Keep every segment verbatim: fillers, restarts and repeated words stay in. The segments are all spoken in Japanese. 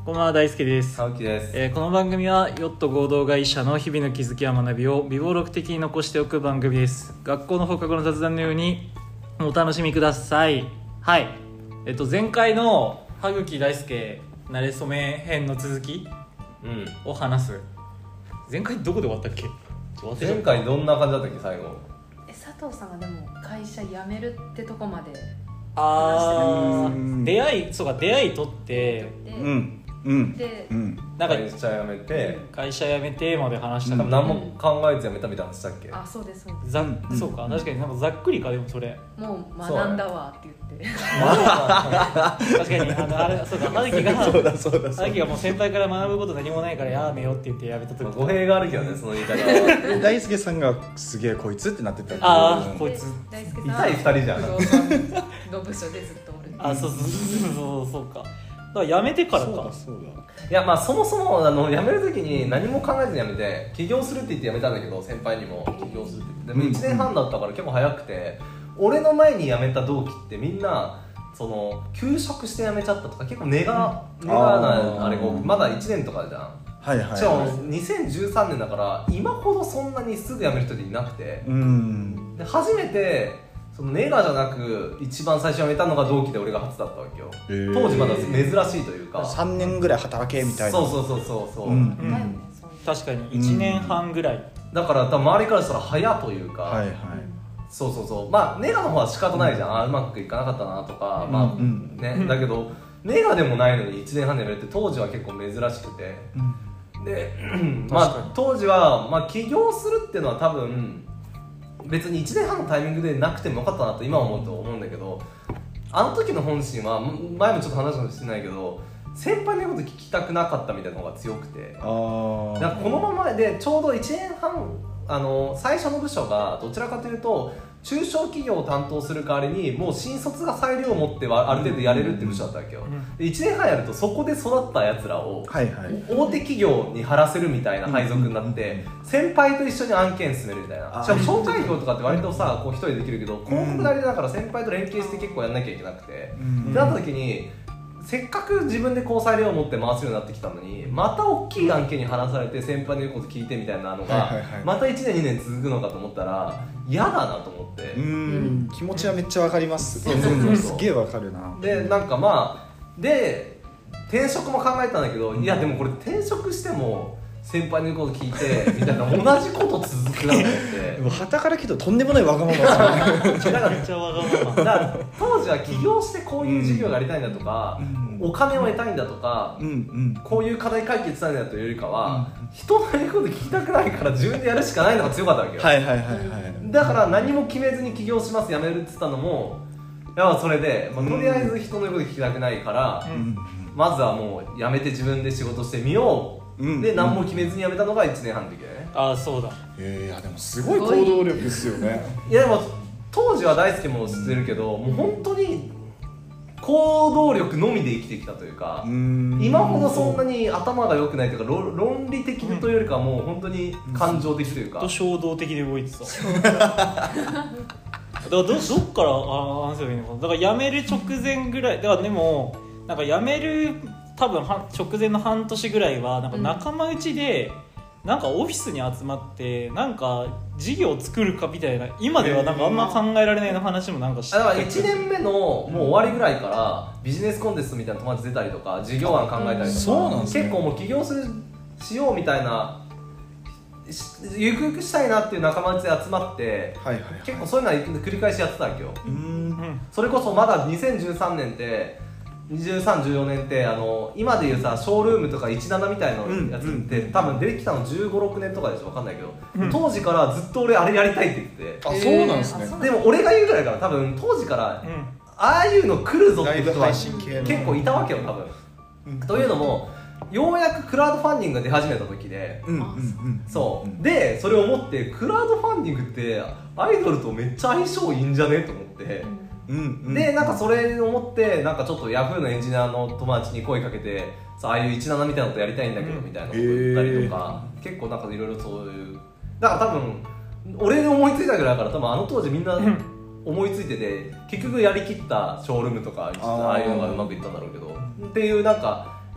こんばんは、大輔です。 青木です。 えーこの番組はヨット合同会社の日々の気づきや学びを微暴録的に残しておく番組です。学校の放課後の雑談のようにお楽しみください。はい、えっと前回の羽吹大輔なれそめ編の続きうん。 を話す。前回どこで終わったっけ？ 前回どんな感じだったっけ最後。 え佐藤さんがでも会社辞めるってとこまであ話ー出会いそうか出会い取ってで、 うんうんで、 うんなんか会社辞めて、 会社辞めてまで話したかうんら、 何も考えず辞めたみたいな話したっけ？ あそうですそうですざうんそうか、確かになんかざっくりか。でもそれもう学んだわって言って確かにあのあれそうか、葉月がそうだそうだそう葉月がもう先輩から学ぶこと何もないからやめようって言ってやめた時、 語弊があるけどね、その言い方は。 だ大輔さんがすげえこいつってなってたあーうんこいつ大輔さん痛い二人じゃん不動産の部署でずっとおるあそうそうそうそうそうか。だからやめてからそうかだそうだいやまあそもそもあの辞める時に何も考えずに辞めて起業するって言って辞めたんだけど、先輩にも起業するって言ってでもいちねんはんだったから結構早くて、俺の前に辞めた同期ってみんなその休職して辞めちゃったとか結構ネガネガなあーあれがまだいちねんとかじゃん。 はいはいしかもはにせんじゅうさんねんだから今ほどそんなにすぐ辞める人っていなくて、 いうんで初めてそのネガじゃなく一番最初辞めたのが同期で俺が初だったわけよ。 へー当時まだ珍しいというかさんねんぐらい働けみたいなそうそうそうそうそう、 うんだよねそういう確かにいちねんはんぐらい、 だから多分周りからしたら早というか、 はいはいそうそうそうまあネガの方は仕方ないじゃん、あうまくいかなかったなとか、まあうんね、だけどネガでもないのにいちねんはんで辞めるって当時は結構珍しくて、 うんで確かまにあ当時は、まあ、起業するっていうのは多分別にいちねんはんのタイミングでなくてもよかったなと今思うと思うんだけど、あの時の本心は前もちょっと話かもしれないけど先輩の言うこと聞きたくなかったみたいなのが強くて、 あーだからこのままでちょうどいちねんはんあの最初の部署がどちらかというと中小企業を担当する代わりにもう新卒が裁量を持ってはある程度やれるっていう部署だったわけよ、 んでいちねんはんやるとそこで育ったやつらをはいはい大手企業に貼らせるみたいな配属になって先輩と一緒に案件進めるみたいな。 あしかも紹介業とかって割とさこう一人でできるけど広告代理だから先輩と連携して結構やんなきゃいけなくて、 うんってなった時にせっかく自分で交際料を持って回すようになってきたのにまた大きい案件に話されて先輩の言うこと聞いてみたいなのが、 はいはいはいまたいちねんにねん続くのかと思ったら嫌だなと思って、 うん気持ちはめっちゃわかりますそうそうそうすげえわかるなでなんかまあで転職も考えたんだけど、いやでもこれ転職しても先輩の言うこと聞いてみたいな同じこと続くなと思ってでも旗から聞くととんでもないわがままですねだからめっちゃわがままだから当時は起業してこういう事業がやりたいんだとか、 うんお金を得たいんだとか、 うんうんこういう課題解決したいんだというよりかは、人の言うこと聞きたくないから自分でやるしかないのが強かったわけよ、 はいはいはいはいだから何も決めずに起業します辞めるって言ったのもいやそれで、まあ、とりあえず人の言うこと聞きたくないから、 うんまずはもう辞めて自分で仕事してみよう、 うんで何も決めずに辞めたのがいちねんはんの時だよね。 ああそうだ。 えーいやでもすごい行動力ですよねいやでも当時は大輔も知ってるけど、もう本当に行動力のみで生きてきたというか、 うん今ほどそんなに頭が良くないというか論論理的というよりかはもう本当に感情的というか、 と衝動的で動いてた。だからどどっからあ話せばいいのかな。だから辞める直前ぐらいだからでもなんか辞める多分は直前の半年ぐらいはなんか仲間内で、うん、なんかオフィスに集まってなんか事業を作るかみたいな今ではなんかあんま考えられないの話もなんかしてだからいちねんめのもう終わりぐらいからビジネスコンテストみたいな友達出たりとか事業案考えたりとか、 そうなんですね結構もう起業するしようみたいなしゆくゆくしたいなっていう仲間内で集まってはいはい結構そういうのは繰り返しやってたわけよ。 うんうんそれこそまだにせんじゅうさんねんってにじゅうさん、じゅうよねんってあの今でいうさショールームとかいちななみたいなやつって、 うん多分出てきたのじゅうご、ろくねんとかでしょ分かんないけど、 うん当時からずっと俺あれやりたいって言ってて、 あそうなんですねえーあそうでも俺が言うぐらいから多分当時からうんああいうの来るぞって人はライブ配信系の結構いたわけよ多分、 うんというのもようやくクラウドファンディングが出始めた時で、 うんうんうんそう、 んでそれを思ってクラウドファンディングってアイドルとめっちゃ相性いいんじゃねと思って、 うんうんでなんかそれを思ってなんかちょっとヤフーのエンジニアの友達に声かけてさああいういちななみたいなことやりたいんだけどうんみたいなこと言ったりとか、結構なんかいろいろそういうだから多分俺で思いついたぐらいだから多分あの当時みんな思いついてて結局やりきったショールームとかああいうのがうまくいったんだろうけどっていうなんか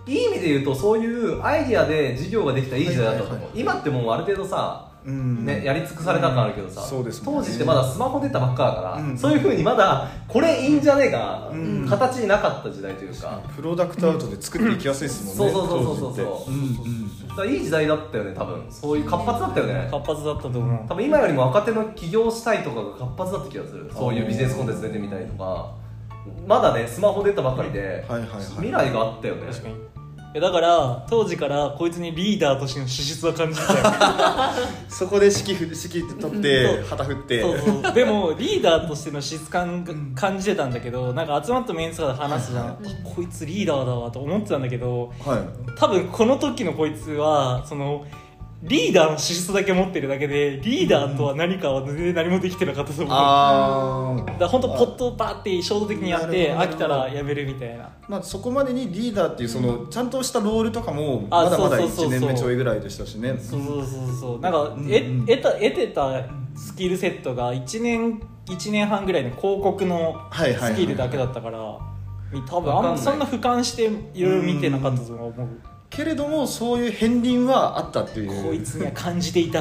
いい意味で言うとそういうアイディアで事業ができたいい時代だったと思う、 はいはいはい今ってもうある程度さうんね、やり尽くされた感あるけどさ、 そうですもんね当時ってまだスマホ出たばっかだから、 うんそういう風にまだこれいいんじゃねえか、 うん形になかった時代というか、 プロダクトアウトで作っていきやすいですもんね、 そうそうそうそうそう当時ってうんうんだからいい時代だったよね多分そういう活発だったよね活発だったと思う。 多分今よりも若手の起業したいとかが活発だった気がするそういうビジネスコンテンツ出てみたりとかまだねスマホ出たばかりで、 はいはいはい未来があったよね確かに。いやだから当時からこいつにリーダーとしての資質は感じてたよ。 そこで指揮ふ指揮取って旗振ってそうそう。でもリーダーとしての質感が感じてたんだけど、なんか集まったメンツとかで話すじゃん。あこいつリーダーだわと思ってたんだけど、 はい多分この時のこいつはそのリーダーの資質だけ持ってるだけでリーダーとは何かは全然何もできてなかったと思う。 あだから本当ポットバーって衝動的にやってなるほど飽きたらやめるみたいな。 まあ、そこまでにリーダーっていうそのちゃんとしたロールとかもまだまだいちあそうそうそうそうねんめちょいぐらいでしたしねそうそうそうそう。なんか、 うんえ得た得てたスキルセットがいちねんいちねんはんぐらいの広告のはいはいはいスキルだけだったから、多分あんまそんな俯瞰していろいろ見てなかったと思う。 けれどもそういう片鱗はあったっていうこいつには感じていた。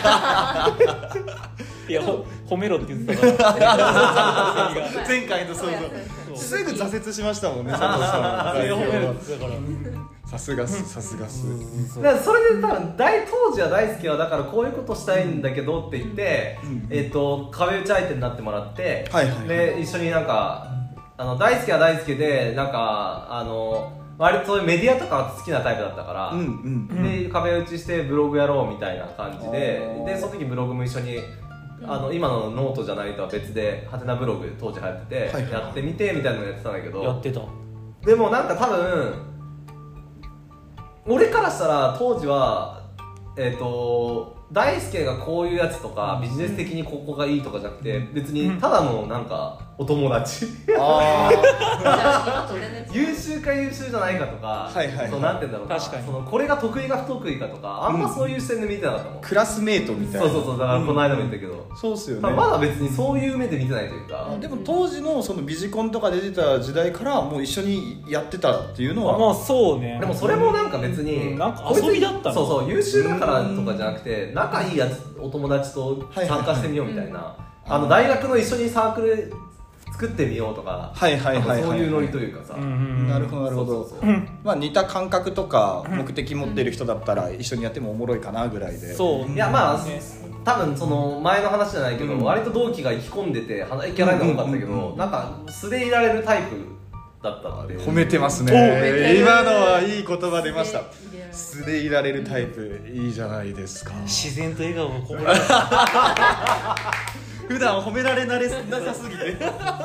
いやほ褒めろって言ってたから。 前回のそうそうすぐ挫折しましたもんね佐藤さんいや褒めろって言ってたから。 さすがっすさすがっすそうだからそれで多分大当時は大輔はだからこういうことしたいんだけどって言って、 うんえっと壁打ち相手になってもらって、 はいはいはいで一緒になんかあの大輔は大輔でなんかあの割とそういうメディアとか好きなタイプだったから、 うんうんで壁打ちしてブログやろうみたいな感じであーでその時ブログも一緒にあの今のノートじゃないとは別でハテナブログ当時流行ってて、 はいはいやってみてみたいなのやってたんだけどやってた。 でもなんか多分俺からしたら当時はえっ、と大輔がこういうやつとかビジネス的にここがいいとかじゃなくて別にただのなんかお友達あ優秀か優秀じゃないかとか、 はいはいはいそうなんて言うんだろうな確かにそのこれが得意か不得意かとかあんまそういう視点で見てなかったもん、 クラスメートみたいなそうそうそうだからこの間も言ったけど、 そうっすよねまあまだ別にそういう目で見てないというか、 でも当時のそのビジコンとか出てた時代からもう一緒にやってたっていうのはまあそうね。 でもそれもなんか別に、 うんなんか遊びだったのそうそう優秀だからとかじゃなくて仲いいやつお友達と参加してみようみたいな、あの大学の一緒にサークル作ってみようとか、 はいはいはいはいなんかそういうノリというかさ、 うんうんうんなるほどなるほどそうそうそうまあ似た感覚とか目的持ってる人だったら一緒にやってもおもろいかなぐらいでそういやまあ、 ね多分その前の話じゃないけど、 うん割と同期が生き込んでて鼻息荒いのが多かったけど、 うんうんうんうんなんか素でいられるタイプだったっていう褒めてますね褒めてる今のはいい言葉出ました素素でいられるタイプいいじゃないですか自然と笑顔がこぼれる。 普段褒められなれなさすぎて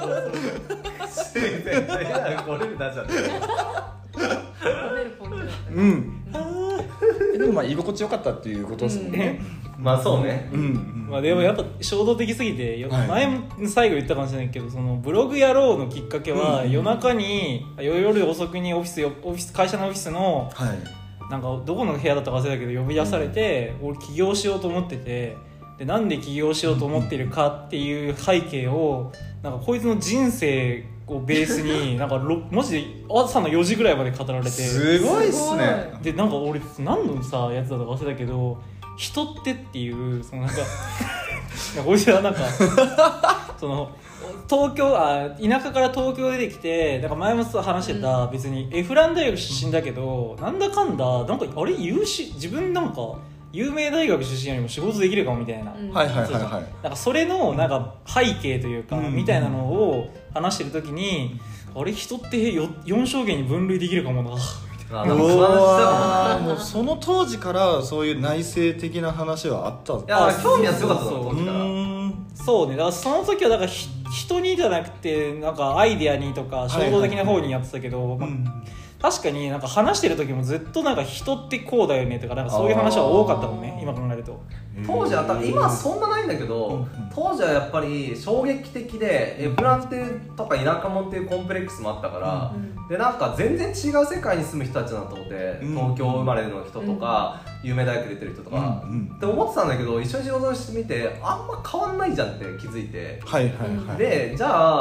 これになっちゃって褒めるポイントだったうんでもまあ居心地よかったっていうことですもんねまあそうね、 うんまあでもやっぱ衝動的すぎて、よはい前も最後言ったかもしれないけど、そのブログやろうのきっかけは、 うん夜中に夜遅くにオフィスよオフィス会社のオフィスのはいなんかどこの部屋だったか忘れたけど呼び出されて、俺起業しようと思ってて、でなんで起業しようと思ってるかっていう背景をなんかこいつの人生をベースになんかろマジで朝のよじぐらいまで語られて、 すごいっすねでなんか俺何のさやつだったか忘れたけど、人ってっていうそのなんかなんかこいつはなんかその東京あ田舎から東京出てきて、なんか前も話してた、別にエフラン大学出身だけどなんだかんだなんかあれ優秀自分なんか有名大学出身よりも仕事できるかもみたいな、 うんはいはいはいそうはいなんかそれのなんか背景というか、 うんみたいなのを話してる時に、あれ人ってよよん証言に分類できるかもなあなんか不安したかももうその当時からそういう内省的な話はあったいやあ興味は強かったそうそううの当時からーんそうね、だからその時はだからひ人にじゃなくてなんかアイデアにとか衝動的な方にやってたけど、まあうん確かになんか話してる時もずっとなんか人ってこうだよねとかなんかそういう話は多かったもんね、今考えると。 当時は多分今はそんなないんだけど、 うん当時はやっぱり衝撃的でエプランってとか田舎者っていうコンプレックスもあったから、 うんでなんか全然違う世界に住む人たちだと思って、 うん東京生まれの人とか、有名大学出てる人とか、 うんうんって思ってたんだけど一緒に仕事してみてあんま変わんないじゃんって気づいて、 はいはいはいでじゃあ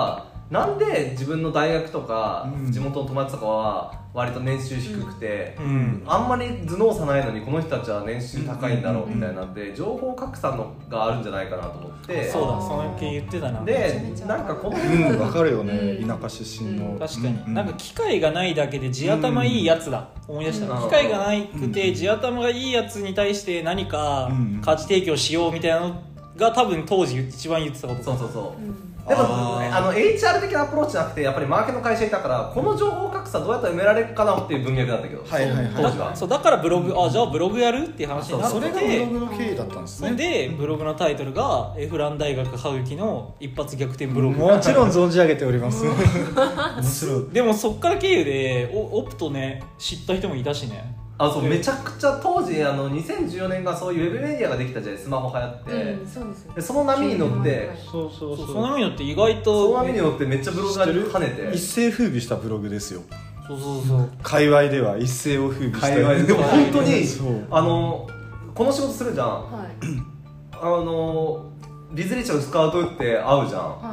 なんで自分の大学とか、 うん、 地元の友達とかは割と年収低くて、 うん、 あんまり頭脳差ないのにこの人たちは年収高いんだろうみたいなんで、情報格差のがあるんじゃないかなと思って、 そうだ、その系言ってたな。 でなんかこのうん分かるよね、田舎出身の。 確かに、 うん、 なんか機会がないだけで地頭いいやつだ、うん、思い出した、うん、機会がないくて地頭がいいやつに対して何か価値提供しようみたいなのが多分当時一番言ってたこと。 そうそうそう、うん、でもああの エイチアール 的なアプローチじゃなくてやっぱりマーケの会社いたからこの情報格差どうやったら埋められるかなっていう文脈だったけど、 はいはいはい、 当時はそうだからブログ、あじゃあブログやるっていう話になって、 それがブログの経緯だったんですね。 でブログのタイトルがエフラン大学歯茎の一発逆転ブログ。 もちろん存じ上げておりますもちろん。 でもそっから経由でオオプトね知った人もいたしね。 あそうめちゃくちゃ当時あのにせんじゅうよねんがそういうウェブメディアができたじゃない、スマホ流行って、 うん、そうですよでその波に乗ってそうそうそう、その波に乗って意外とその波に乗ってめっちゃブログが跳ねて一世風靡したブログですよ。 そうそうそう、 界隈では一世を風靡した界隈ででも本当にそうあのこの仕事するじゃん、 はいあのリズリッチャーのスカウト打って会うじゃん、 はい、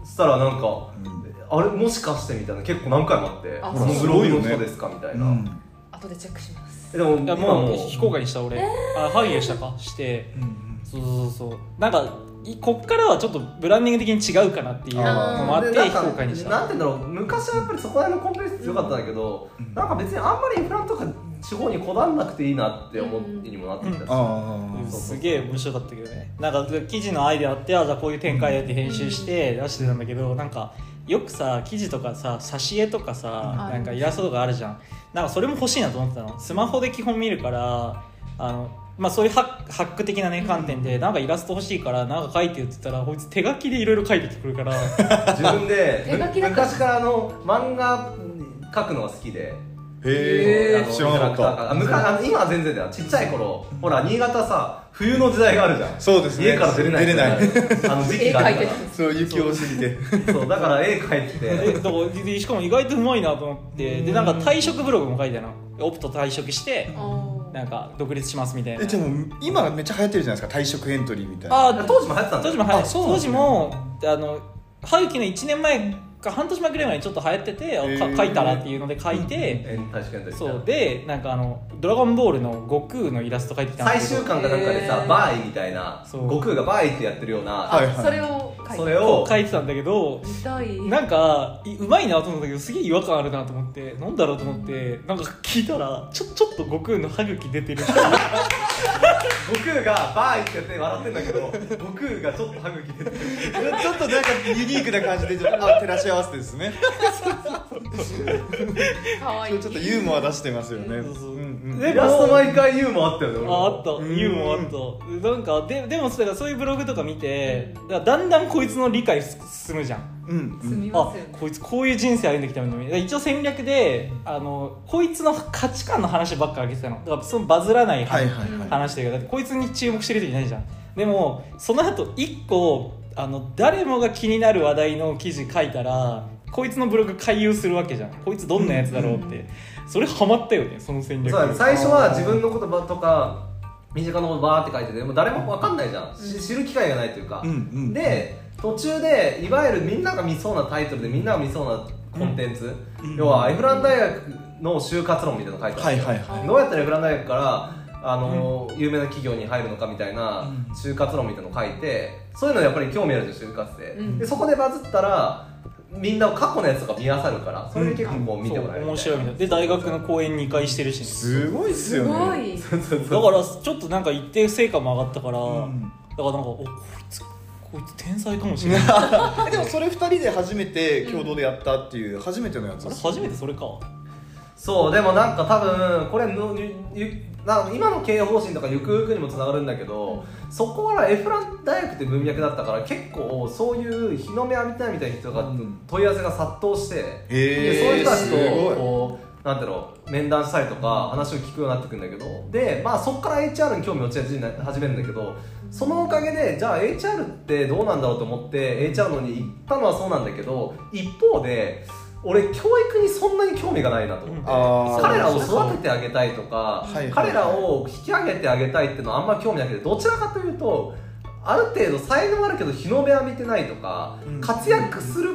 そしたらなんか、 うん、 あれもしかしてみたいな結構何回もあってあこのブログの人ですかみたいな、うん、 後でチェックします。 でもいやもう非公開にした俺、えー、あハゲしたかして、うんうん、そうそうそうなんかこっからはちょっとブランディング的に違うかなっていうのもあって非公開にした。 なんていうんだろう、昔はやっぱりそこら辺のコンプレックス強かったんだけど、うん、なんか別にあんまりインフラとか地方にこだわんなくていいなって思いにもなってきたし、 うんうん、すげえ面白かったけどね。なんか記事のアイデアあってあじゃあこういう展開やって編集して出してたんだけど、なんかよくさ記事とかさ挿絵とかさ、うん、なんかイラストとかあるじゃん。なんかそれも欲しいなと思ってたの。スマホで基本見るからあのまあ、そういうハッ、ハック的な、ね、観点でなんかイラスト欲しいからなんか描いてよって言ったらこいつ手書きでいろいろ描いてきてくるから自分で昔からあの漫画描くのが好きで、 へー知らなかった。ああの今は全然だよ。ちっちゃい頃、うん、ほら新潟さ冬の時代があるじゃん。 そうですね、 家から出れない出れないあの時期があるからそう雪多すぎてそうだから絵描いててだからしかも意外とうまいなと思ってでなんか退職ブログも書いてたの。オプト退職してなんか独立しますみたいな。 えでも今めっちゃ流行ってるじゃないですか、退職エントリーみたいな。 あ当時も流行ってたんだ。 当時も流行って当時もあのハウキのいちねんまえか半年前ぐらいまでちょっと流行ってて、えー、書いたらっていうので書いて、 うん、 そうでなんかあのドラゴンボールの悟空のイラスト書いてきたんだけど最終巻かなんかでさ、えー、バーイみたいな悟空がバーイってやってるような、 はいはい、それを書いてそれを書いてたんだけどなんかうまいなと思ったけどすげえ違和感あるなと思ってなんだろうと思ってなんか聞いたらちょちょっと悟空の歯茎出てる悟空がバーイってやって笑ってんだけど悟空がちょっと歯茎出てるちょっとなんかユニークな感じでちょっとあ照らし合わせてですねかわいいちょっとユーモア出してますよね。 イラスト毎回ユーモアあったよね。 ああったユーモアあったなんかででもそういうブログとか見てだ, だんだんこいつの理解進むじゃん。 うんうん、進みますよね。 あこいつこういう人生歩んできたんだ。一応戦略であのこいつの価値観の話ばっか上げてたの。だからそのバズらない、はいはいはい、話だけどだってこいつに注目してる人いないじゃん。でもその後一個あの誰もが気になる話題の記事書いたらこいつのブログ回遊するわけじゃん。こいつどんなやつだろうって、うん、それハマったよねその戦略。 そう最初は自分の言葉とか身近なことバーって書いてても誰も分かんないじゃん、うん、知る機会がないというか、うんうん、で途中でいわゆるみんなが見そうなタイトルでみんなが見そうなコンテンツ、うん、要はエフラン大学の就活論みたいなの書いてある、はいはいはい、どうやったらエフラン大学からあの、うん、有名な企業に入るのかみたいな就活論みたいなのを書いてそういうのやっぱり興味あるじゃん就活で、うん、でそこでバズったらみんな過去のやつとか見漁るからそれで結構こう見てもらえる、 うん、面白いみたいな。で大学の講演にかいしてるし、ね、 すごいっすよね。 すごいだからちょっとなんか一定成果も上がったから、うん、だからなんかおこいつこいつ天才かもしれないでもそれふたりで初めて共同でやったっていう初めてのやつ、 うん、初めてそれか。 そうでもなんか多分これのな今の経営方針とかゆくゆくにもつながるんだけど、うん、そこからエフラン大学って文脈だったから結構そういう日の目浴びたいみたいな人が問い合わせが殺到して、うん、でそういう人たちとこうなんていうの面談したりとか話を聞くようになってくるんだけどで、まあ、そこから エイチアール に興味を持ち始めるんだけどそのおかげでじゃあ エイチアール ってどうなんだろうと思って エイチアール のに行ったのはそうなんだけど一方で俺教育にそんなに興味がないなと思って、彼らを育ててあげたいとか、はい、彼らを引き上げてあげたいっていうのはあんまり興味なくてどちらかというとある程度才能あるけど日の目浴びてないとか、うん、活躍する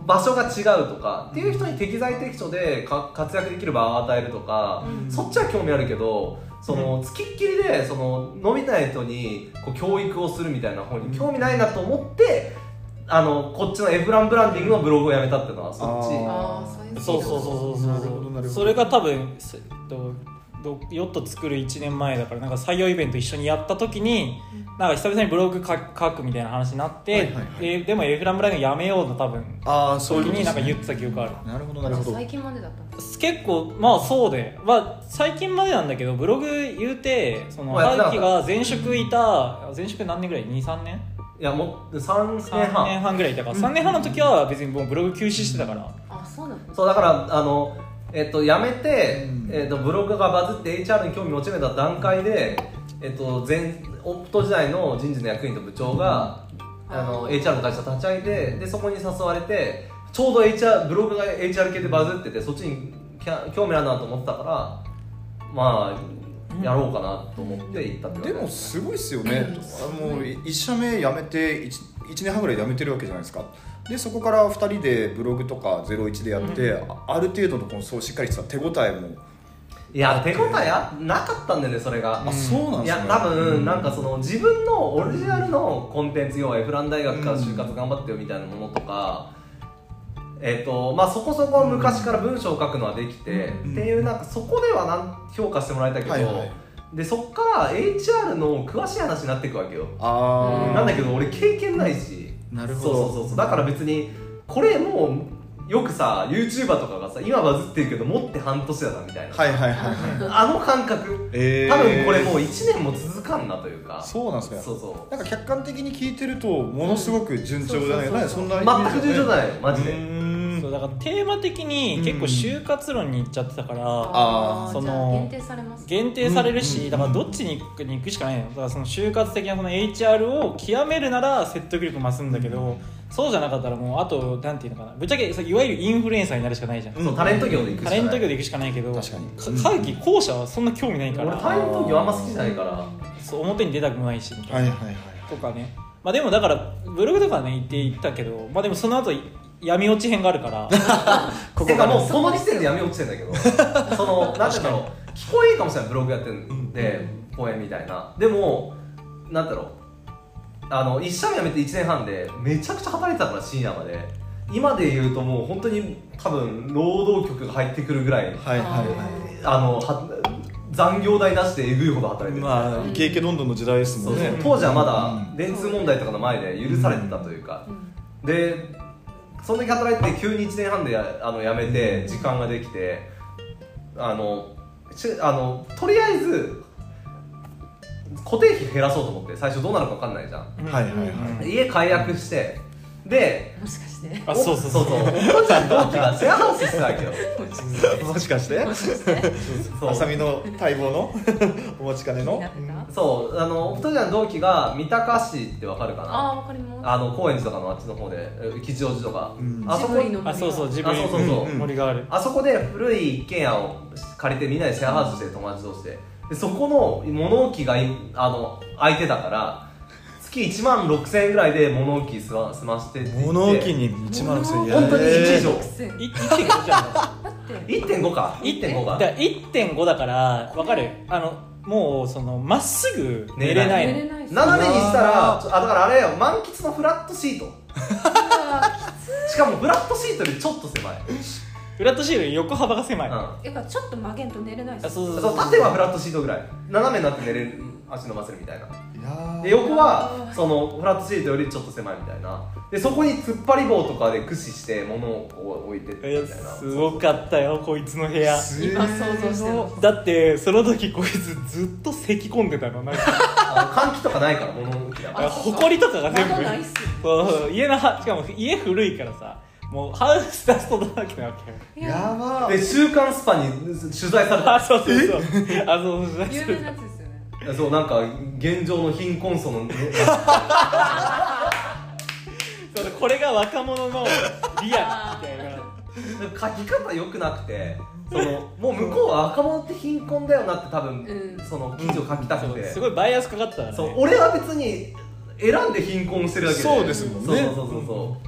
場所が違うとかっていう人に適材適所でか活躍できる場を与えるとか、 うんそっちは興味あるけどそのつきっきりでその伸びない人にこう教育をするみたいな方に興味ないなと思ってあのこっちのエフランブランディングのブログをやめたっていうのはそっち。 あーそういうそうそうそうそうなるほどなるほどそれが多分すどどヨット作るいちねんまえだからなんか採用イベント一緒にやった時になんか久々にブログ書く書くみたいな話になって、 はいはいはいででもエフランブランディングやめようの多分ああそういう時になんか言っってた記憶ある。 なるほどなるほど最近までだったんです結構まあそうで、まあ、最近までなんだけどブログ言うてそのまあやってなかった春樹が前職いた前職何年ぐらい にさんねんいやもうさんねんさんねんはんはんぐらいいたから、さんねんはんの時は別にもうブログ休止してたからあそうなんですそうだからあのえっと辞めて、 うんえっとブログがバズって エイチアール に興味持ち始めた段階でえっと前オプト時代の人事の役員と部長が、あの エイチアール の会社立ち上げてでそこに誘われてちょうど エイチアール ブログが エイチアール 系でバズっててそっちにきゃ興味あるなと思ってたからまあやろうかなと思って行ったってでもすごいっすよね、あのいち社目辞めて 1, いちねんはんぐらい辞めてるわけじゃないですか。でそこからふたりでブログとかゼロイチでやって、うん、あ, ある程度のこのそうしっかりした手応えもいや手応えあなかったんだよねそれが、 あそうなんですね。 いや多分なんかその自分のオリジナルのコンテンツ要はエフラン大学から就活頑張ってよみたいなものとか、えーとまあ、そこそこ昔から文章を書くのはできて、 うんっていうなんかそこではなん評価してもらえたけど、 はいはい、 でそっから エイチアール の詳しい話になっていくわけよ。 あーなんだけど俺経験ないし、 なるほど。 そうそうそうそうだから別にこれもうよくさ YouTuber とかがさ今バズってるけど持って半年だなみたいな、 はいはいはいはいあの感覚、 えー多分これもういちねんも続かんなというか。 そうなんですね。 そうそうなんか客観的に聞いてるとものすごく順調じゃない、 うんね、そんなイメージ全く順調じゃないよマジで。 うーんそうだからテーマ的に結構就活論に行っちゃってたから、 あーそのじゃあ限定されます限定されるし、 うんだからどっちに行くに行くしかないのよ。だからその就活的なその エイチアール を極めるなら説得力増すんだけど、そうじゃなかったらもうあとなんていうのかな、ぶっちゃけいわゆるインフルエンサーになるしかないじゃん、 そうタレント業で行くしかタない。 レント業で行くしかないけど、 確かにか会議後者はそんな興味ないから俺タレント業あんま好きじゃないから。 そう表に出たくもないしみたいな、 はいはいはいとかね。まあでもだからブログとかね言って言ったけど、まあでもその後闇落ち編があるからここがもうその時点で闇落ちてんだけどそのなんていうんだろう聞こえいいかもしれないブログやってるんで、うん、講演みたいな。でもなんだろうあの一社目辞めていちねんはんでめちゃくちゃ働いてたから深夜まで。今で言うともう本当に多分労働局が入ってくるぐらい、 はいはいはあのは残業代なしでえぐいほど働いてる。 い。まあイケイケどんどんの時代ですもんね。 そうそう当時はまだ電通問題とかの前で許されてたというか、 うんでその時働いてて急にいちねんはんでやあの辞めて時間ができてあのしあのとりあえず固定費減らそうと思って最初どうなるか分かんないじゃん。 はいはいはい。 家解約してでもしかしてあそうそうそうそうそうお父ちゃん同期がシェアハウスしてたわけよ。 もしかしてもしかしてそうあさみの待望のお待ちかねの気になってたそうあのお父ちゃん同期が三鷹市って分かるかな。 ああわかりますあの高円寺とかのあっちの方でえ吉祥寺とか、 うんあそこジブリのあそうそうジブリあそうそうそううん森がある。 あそこで古い一軒家を借りてみんなでシェアハウスして友達同士ででそこの物置がいあの空いてたから月いちまんろくせんえんぐらいで物置済ま済ましてって言って物置にいちまんろくせんえん本当に一畳いいってんごじゃん。 だっていってんご か いってんご がだから いってんご だから分かる。あのもうそのまっすぐ寝れないの。 寝れないし斜めにしたらあだからあれよ満喫のフラットシートしかもフラットシートよりちょっと狭い、 フラットシール横幅が狭い。 うやっぱちょっと曲げんと寝れないですあそうそうん、そう縦はフラットシートぐらい斜めになって寝れる足伸ばせるみたいないやーで横はそのフラットシートよりちょっと狭いみたいなでそこに突っ張り棒とかで駆使して物をこう置いてっていやみたいなすごかったよこいつの部屋。 今想像してますだってその時こいつずっと咳込んでたの。なんかあの換気とかないから物置だからあ埃とかが全部窓ないっすよそう家のはしかも家古いからさもうハウスダストだらけなわけよ。 やばで週刊スパに取材されたあそうそうそうあそうそう有名なやつですよねそうなんか現状の貧困層のそうこれが若者のリアルみたいな。 書き方良くなくてそのもう向こうは若者って貧困だよなって多分、 うんその記事を書きたくて、 すごいバイアスかかってたからね。 そう俺は別に選んで貧困してるだけでそうですもんねそうそうそうそう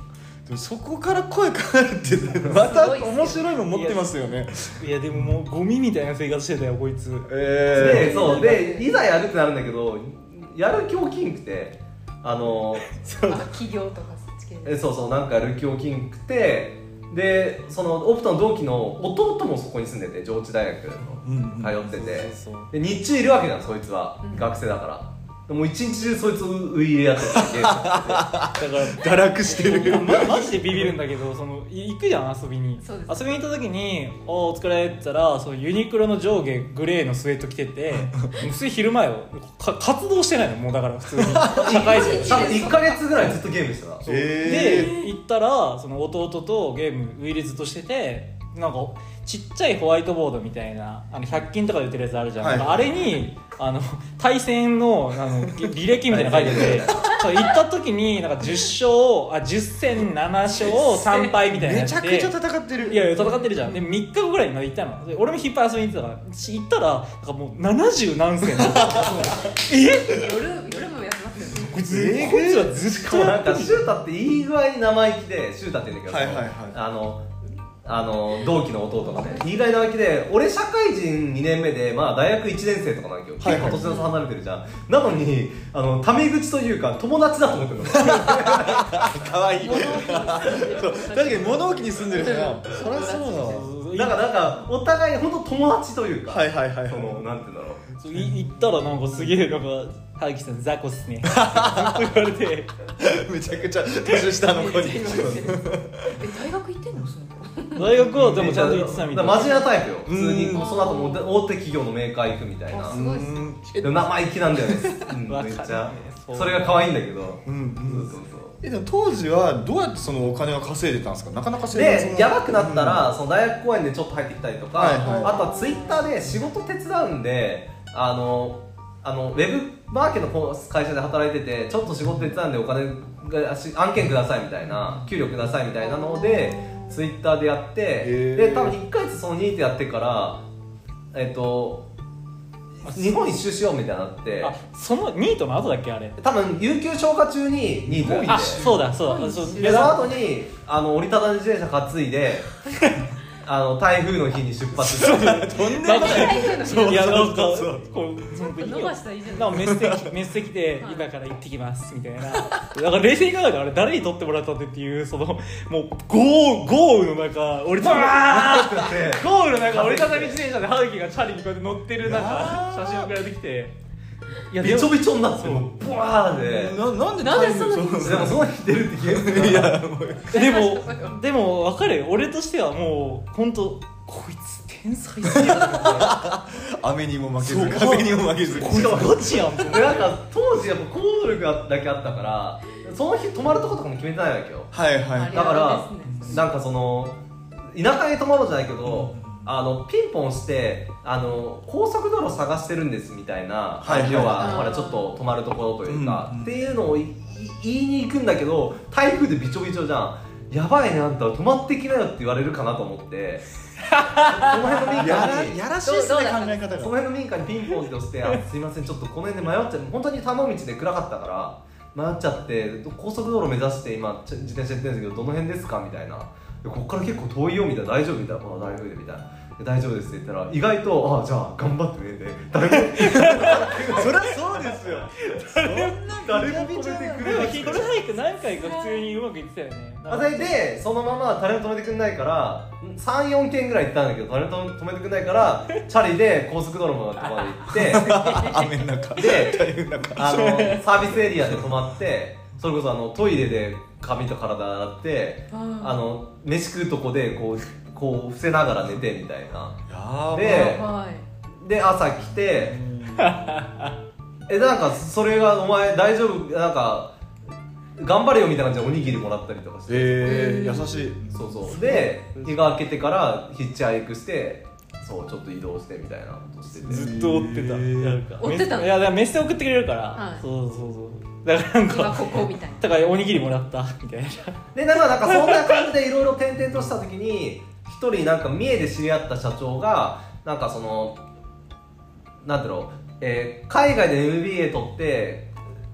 でもそこから声かかるってまた面白いの持ってますよね。 いやでももうゴミみたいな生活してたよこいつ。 でえそうでいざやるってなるんだけどやる気起きんくてあのあ企業とかそっち系でえそうそうなんかやる気起きんくてでそのオプトの同期の弟もそこに住んでて上智大学の通ってて、 そうそうで日中いるわけじゃんそいつは、 うん学生だからでもう一日中そいつウイイレやっててゲームやっててだから堕落してるま、マジでビビるんだけどそのい行くじゃん遊びにそうです遊びに行った時に「おお疲れ」って言ったらそのユニクロの上下グレーのスウェット着てて普通に昼前よか活動してないのもうだから普通に社会人多分いっかげつぐらいずっとゲームしてたえで行ったらその弟とゲームウイイレずっとしててなんかちっちゃいホワイトボードみたいなあのひゃく均とかで売ってるやつあるじゃん、 はいなんかあれにあの対戦のあの履歴みたいなの書いててそう行った時になんかじゅっ勝あじゅっ戦なな勝さん敗みたいなめやつでちゃくちゃ戦ってる。 いやいや戦ってるじゃんでみっかごぐらいにまで行ったので俺も引っ張り遊びに行ってたからし行ったらなんかもうななじゅう何戦え夜夜もやってますよねこいつこいつはずっとしかもなんかシュータっていい具合に生意気でシュータって言うんだけど、 はいはいはいあのあの同期の弟がねいい具合に生意気で俺社会人にねんめで、まあ、大学いちねん生とかなんだけど、 はいはい結構年の差離れてるじゃんなのにあのタメ口というか友達だと思ってるの可愛い。 物置にそう確かに物置に住んでるから。そりゃそうだわ。 なんかなんかお互い本当友達というか、 はいはいはいはいそのなんて言うんだろうそうい行ったらなんかすげえなんか「葉月さん雑魚っすね」ずっと言われてめちゃくちゃ年下の子に。 え大学行ってんのその子大学はでもちゃんと行ってたみたいなだから真面目なタイプよ普通にうんその後も大手企業のメーカー行くみたいなあすごいっすねうんでも生意気なんだよね、うんわかるめっちゃそうそれが可愛いんだけど、 うんうんそうそうそうえでも当時はどうやってそのお金を稼いでたんですか。なかなか生活もでやばくなったら、その大学公演でちょっと入ってきたりとか、 はいはいあとはツイッターで仕事手伝うんであのあのウェブマーケの会社で働いててちょっと仕事手伝うんでお金がし案件くださいみたいな給料くださいみたいなのでツイッターでやってへーで多分いっかげつそのニートやってからえっと日本一周しようみたいになってあそのニートの後だっけあれ多分有給消化中にニートやってあそうだそうだそうでその後にあの折りたたみ自転車担いであの台風の日に出発してとんでもない台風の日いやなんかそうそうこうその伸ばしたらいいじゃなんかメッセージメッセージ来てはい今から行ってきますみたいなだから冷静に考えたらあれ誰に撮ってもらったってっていうそのもう豪雨豪雨の中折りたたみ豪雨の中折りたたみ自転車で春樹がチャリにこうやって乗ってる中写真送られてきていやびちょびちょになってもうブワーでななんでなんでタイムそんなでもその日出るって決めていやもうでもでも分かるよ俺としてはもう本当こいつ天才すぎると思って雨にも負けそうず風にも負けずこいつガチやんと思ってでなんか当時やっぱ行動力だけあったからその日泊まるとことかも決めてないわけよはいはいあれだからあれですねなんかその田舎に泊まろうじゃないけど、あのピンポンしてあの高速道路探してるんですみたいな、 はいはい要はあーほらちょっと泊まるところというか、 うんっていうのをいい言いに行くんだけど台風でびちょびちょじゃんやばいねあんた泊まってきなよって言われるかなと思ってその辺の民や家にらやらしいっすね考え方そのが辺の民家にピンポンって押してあすいませんちょっとこの辺で迷っちゃう本当に田野道で暗かったから迷っちゃって高速道路目指して今ち自転車やってるんですけどどの辺ですかみたいなここから結構遠いよみたいな大丈夫みたいなこの台風でみたいな大丈夫ですって言ったら意外とあじゃあ頑張ってねで誰もそりゃそうですよ誰も止めてくでもれないヒットハイク何回か普通にうまくいってたよねあそれでそのまま誰も止めてくれないからさんよんけんぐらい行ったんだけど誰も止めてくれないからチャリで高速道路のとこまで行って雨の中で大変な中あのサービスエリアで泊まってそれこそあのトイレで髪と体洗ってああの飯食うとこでこうこう伏せながら寝てみたいなやばではいで朝来てえなんかそれがお前大丈夫なんか頑張れよみたいな感じでおにぎりもらったりとかして、 えー、優しいそうそうで日が明けてからヒッチハイクしてそうちょっと移動してみたいなことしててずっと追ってた、 へーなんか追ってたのいやだからメッセ送ってくれるから、 はいそうそうそうだからなん今かここみたいなだからおにぎりもらったみたいなでなんかなんかそんな感じでいろいろ転々とした時に一人なんか三重で知り合った社長がなんかそのなんだろう、えー海外で エムビーエー 取って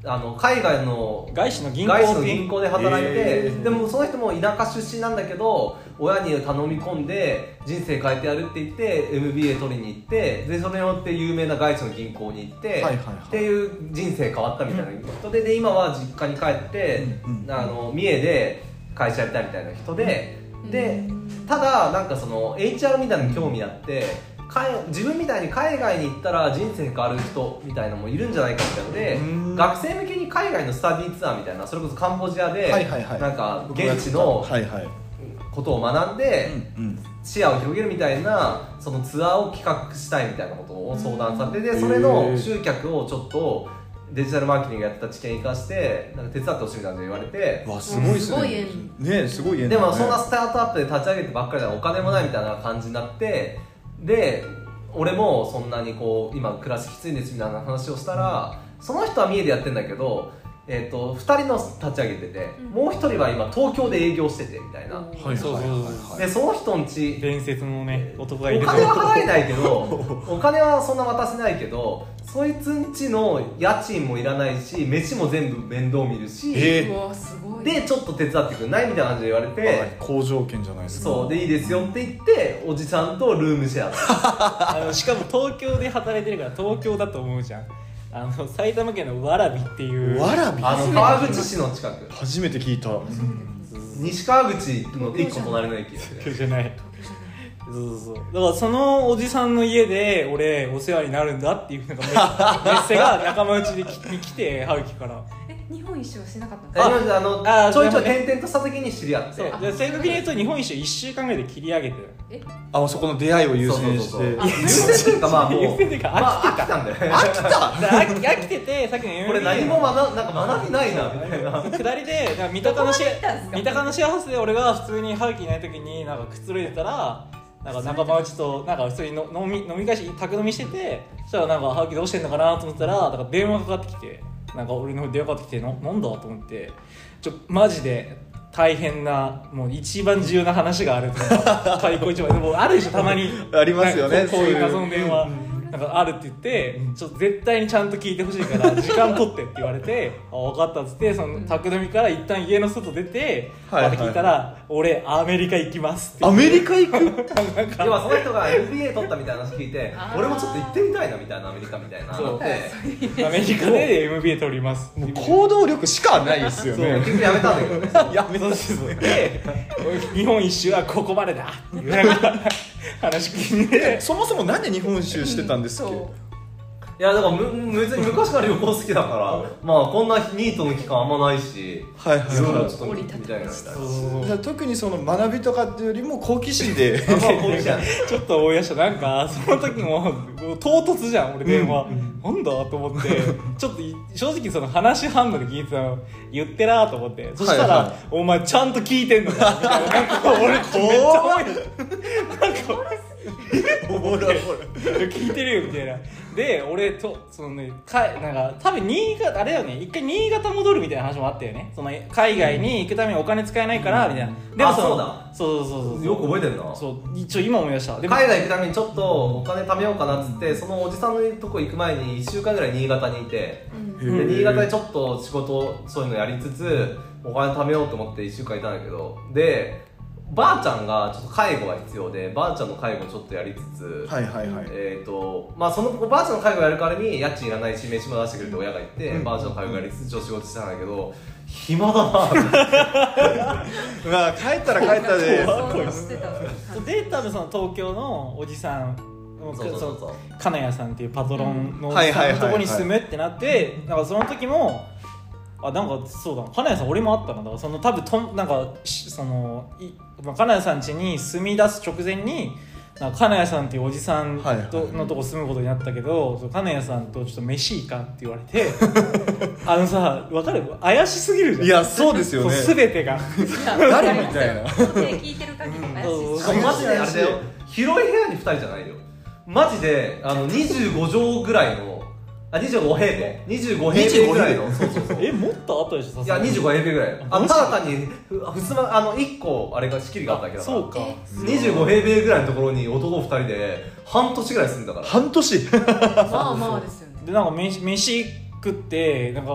あの海外の外資の銀行外資の銀行で働いて、 えーでもその人も田舎出身なんだけど親に頼み込んで人生変えてやるって言って エムビーエー 取りに行ってでそれによって有名な外資の銀行に行って、 はいはいはいっていう人生変わったみたいな人で、で今は実家に帰って、 うんうんあの三重で会社やりたいみたいな人で、でただなんかその エイチアール みたいなのに興味あってかい自分みたいに海外に行ったら人生変わる人みたいなのもいるんじゃないかみたいなのでうん学生向けに海外のスタディツアーみたいなそれこそカンボジアで、 はいはいはいなんか現地のはいはいことを学んで、 うんうん視野を広げるみたいなそのツアーを企画したいみたいなことを相談されてでそれの集客をちょっとデジタルマーケティングやってた知見を生かしてなんか手伝ってほしいみたいなの言われてわすごいっすすごいね縁ねすごい縁でだねもそんなスタートアップで立ち上げてばっかりだからお金もないみたいな感じになってで俺もそんなにこう今暮らしきついんですみたいな話をしたらその人は三重でやってんだけどえー、とふたりの立ち上げてて、 うんもうひとりは今東京で営業しててみたいな、 うんはいはいそうそうはいそうでその人んち伝説のね男がいるお金は払えないけどお金はそんな渡せないけどそいつんちの家賃もいらないし飯も全部面倒見るし、 えうわすごいでちょっと手伝ってくんないみたいな感じで言われて、 好条件じゃないですかそうでいいですよって言っておじさんとルームシェアあのしかも東京で働いてるから東京だと思うじゃんあの埼玉県の蕨っていうわらびあの川口市の近く初めて聞いた西川口の一個隣の駅ですねじゃないそうそうそうだからそのおじさんの家で俺お世話になるんだっていうなんかメメッセが仲間内できに来て春樹からえ日本一周はしなかったんえですか今まであのあちょいちょいでもね転々とした時に知り合ってそうで正確に言うと日本一周いっしゅうかんぐらいで切り上げてるえあそこの出会いを優先しそうそうそうて優先というかまあもう優先というかまあ飽きてた飽きたんだよね飽きた飽き飽きててさっきの エムビーエーこれ何も学なんか学びないなみたいな下りでなんか三鷹のシどこまで行ったんですかェ三鷹のシェアハウスで俺が普通に春樹いない時になんかくつろいでたらなんか仲間内となんか普通にの飲み飲み会し宅飲みしててそしたらなんか春樹どうしてんのかなと思ったらなんか電話かかってきてなんか俺の方に電話かかってきてななんだと思ってちょマジで大変なもう一番重要な話があるとか開口一番でもあるでしょたまにありますよねなんかこうこういう謎そういうの電話なんかあるって言ってちょっと絶対にちゃんと聞いてほしいから時間取ってって言われてあ分かったっつってその宅飲みから一旦家の外出てはいはいまた聞いたら俺アメリカ行きますってアメリカ行くなんか要はその人が エムビーエー 取ったみたいな話聞いてあー俺もちょっと行ってみたいなみたいなアメリカみたいなそうなってアメリカで エムビーエー 取りますもう行動力しかないですよね結局やめたんだけどねやめたそうそうそうで日本一周はここまでだっていうなんか話聞いてそもそもなんで日本一周してたんですっけ、 そういやだからむ別に昔から旅行好きだからまあこんなニートの期間あんまないしはいはいいろいろはちょっと見たいなみたいなそういじゃあ特にその学びとかっていうよりも好奇心であまあこうじゃんちょっと思い出したなんかその時ももう唐突じゃん俺電話、なんだと思ってちょっとい正直その話半分で聞いてたの言ってなと思ってそしたら、 はいはいお前ちゃんと聞いてんのかみたいななんか俺めっちゃ思い出したなんかおもろい聞いてるよみたいなで俺とそのねかなんか多分新潟あれだよね一回新潟戻るみたいな話もあったよねその海外に行くためにお金使えないからみたいなであそのそうだそうそうそうそうよく覚えてるなそう一応今思い出したでも海外行くためにちょっとお金貯めようかなっつってそのおじさんのとこ行く前にいっしゅうかんぐらい新潟にいてうんでへー新潟でちょっと仕事そういうのやりつつお金貯めようと思っていっしゅうかんいたんだけどでばあちゃんがちょっと介護が必要でばあちゃんの介護ちょっとやりつつ、 はいはいはいえーとまあ、そのおばあちゃんの介護やるからに家賃いらないし飯も出してくれって親が言って、 うんばあちゃんの介護やりつつ仕事したんだけど暇だなまあ帰ったら帰ったでそうしてたそうで多分その東京のおじさんそうそうそうそう金谷さんっていうパトロンのおはいはいはいはいじさんのとこに住むってなってなんかその時もあなんかそうだ金谷さん俺もあったなだからその多分とんなんかしそのい、まあ、金谷さん家に住み出す直前になんか金谷さんっていうおじさんと、 はいはいのとこ住むことになったけどそう金谷さんとちょっと飯いいかって言われてあのさ分かる怪しすぎるじゃんいやそうですよねそう全てが誰みたいな聞いてる限り怪しいそうマジであれだよ広い部屋にふたりじゃないよマジであのにじゅうごじょうぐらいのあにじゅうご平米にじゅうご平米ぐらいのそうそうそうえもっと後でしょさいやすがににじゅうご平米ぐらいあのただ単にふふすまあのいっこあれが仕切りがあっただけだからそうかにじゅうご平米ぐらいのところに男ふたりで半年ぐらい住んだから半年まあまあですよねでなんか飯飯食ってなんか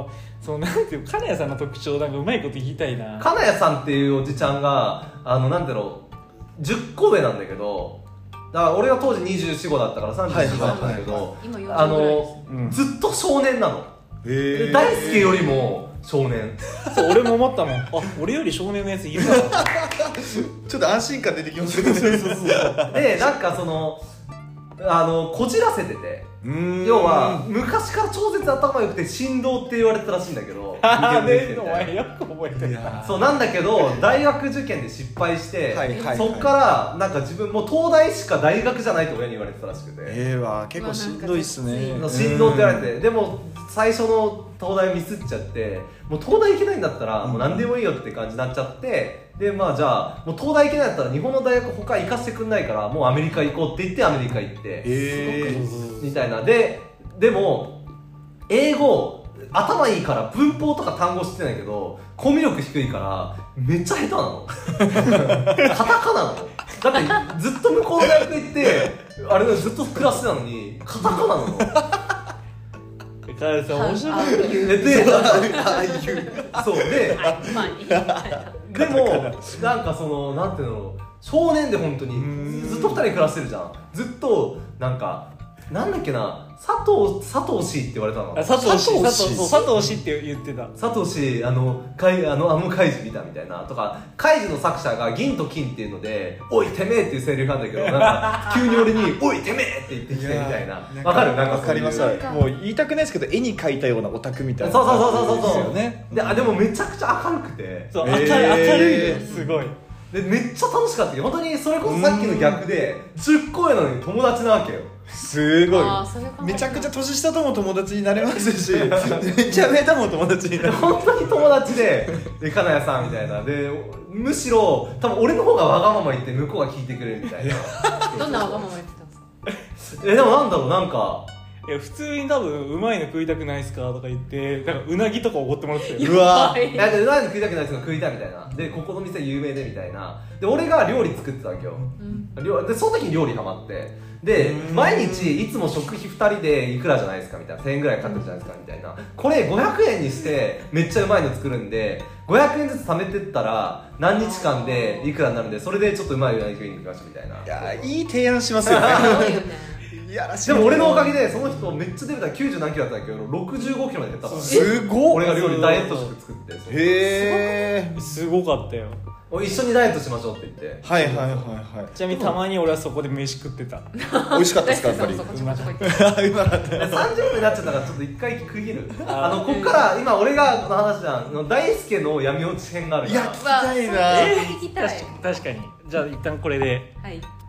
そうなんていう金谷さんの特徴なんかうまいこと言いたいな。 金谷さんっていうおじちゃんがあのなんだろうじゅっこ上なんだけど、だから俺が当時にじゅうよん、ごだったからさんじゅうよんだったんだけど、 はいはいはい、今よんじゅうぐらいあの、 うん、 ずっと少年なの。 へー大輔よりも少年。 そう俺も思ったもん、あ俺より少年のやついるだろうちょっと安心感出てきましたねでなんかそのあのこじらせてて、 うーん要は昔から超絶頭良くて神童って言われてたらしいんだけどああ人間できてねおみたいな前よく覚えてるな。 そうなんだけど大学受験で失敗して、 はいはいはい、 そっからなんか自分もう東大しか大学じゃないと親に言われてたらしくて、 ええわ結構しんどいっすね。 神童って言われて、でも最初の東大ミスっちゃって、もう東大行けないんだったらもう何でもいいよって感じになっちゃって、でまあじゃあもう東大行けないんだったら日本の大学他行かせてくんないからもうアメリカ行こうって言ってアメリカ行って、 えみたいな。ででも英語頭いいから文法とか単語知ってないけどコミュ力低いからめっちゃ下手なのカタカナなのだってずっと向こうの大学行ってあれずっとクラスなのにカタカナなの金谷さん面白い。 ででそうではいまあいいみたいな。 でもなんかそのなんていうの少年で本当にずっとふたり暮らしてるじゃん。ずっとなんかなんだっけな佐藤佐藤氏って言われたの。 あ佐藤氏佐藤氏佐藤そう佐藤氏って言ってた。 佐藤氏あの怪あのあの怪獣見たみたいなとか、怪獣の作者が銀と金っていうのでおいてめえっていうセリフなんだけどなんか急に俺においてめえって言ってきてみたいな。わかるなんかわかります。 そういうなんかもう言いたくないですけど絵に描いたようなオタクみたいな。 そうそうそうそうそうですよね。 であでもめちゃくちゃ明るくてそう、 えー明るい明るいよすごい。 でめっちゃ楽しかったけど本当にそれこそさっきの逆でじゅっこ上なのに友達なわけよ。 すごいあーそういう考え方めちゃくちゃ年下とも友達になれますしめちゃめちゃも友達になでる本当に友達でで金谷さんみたいなでむしろ多分俺の方がわがまま言って向こうが聞いてくれるみたいなどんなわがまま言ってたんですか。 えでもなんだろうなんかいや普通に多分うまいの食いたくないっすかとか言ってなんかうなぎとかおごってもらってたよ。 うわはいいやでうまいの食いたくないですけど食いたいみたいなでここの店有名でみたいなで俺が料理作ってたわけよ。 うん料でその時に料理ハマってで毎日いつも食費ふたりでいくらじゃないですかみたいなせんえんぐらいかかってるじゃないですかみたいなこれごひゃくえんにしてめっちゃうまいの作るんでごひゃくえんずつ貯めてったら何日間でいくらになるんでそれでちょっとうまいうなぎ食いに行きましょうみたいないやいい提案しますよねすごいよね。 いやらしいでも俺のおかげでその人めっちゃ出てたきゅうじゅう何キロだったんだけどろくじゅうごキロまで減ったからすごっ俺が料理ダイエット食作ってそうへえすごかったよ。 お一緒にダイエットしましょうって言ってはいはいはいはいちなみにたまに俺はそこで飯食ってた。 美味しかったですかやっぱり大輔さんもそこちょこちょこ言ってうまかったさんじゅっぷんになっちゃったからちょっと一回区切るああのこっから今俺がこの話じゃんあの大輔の闇落ち編があるからいや聞きたいなえー聞きたい。 確かに。じゃあ一旦これで。 はい。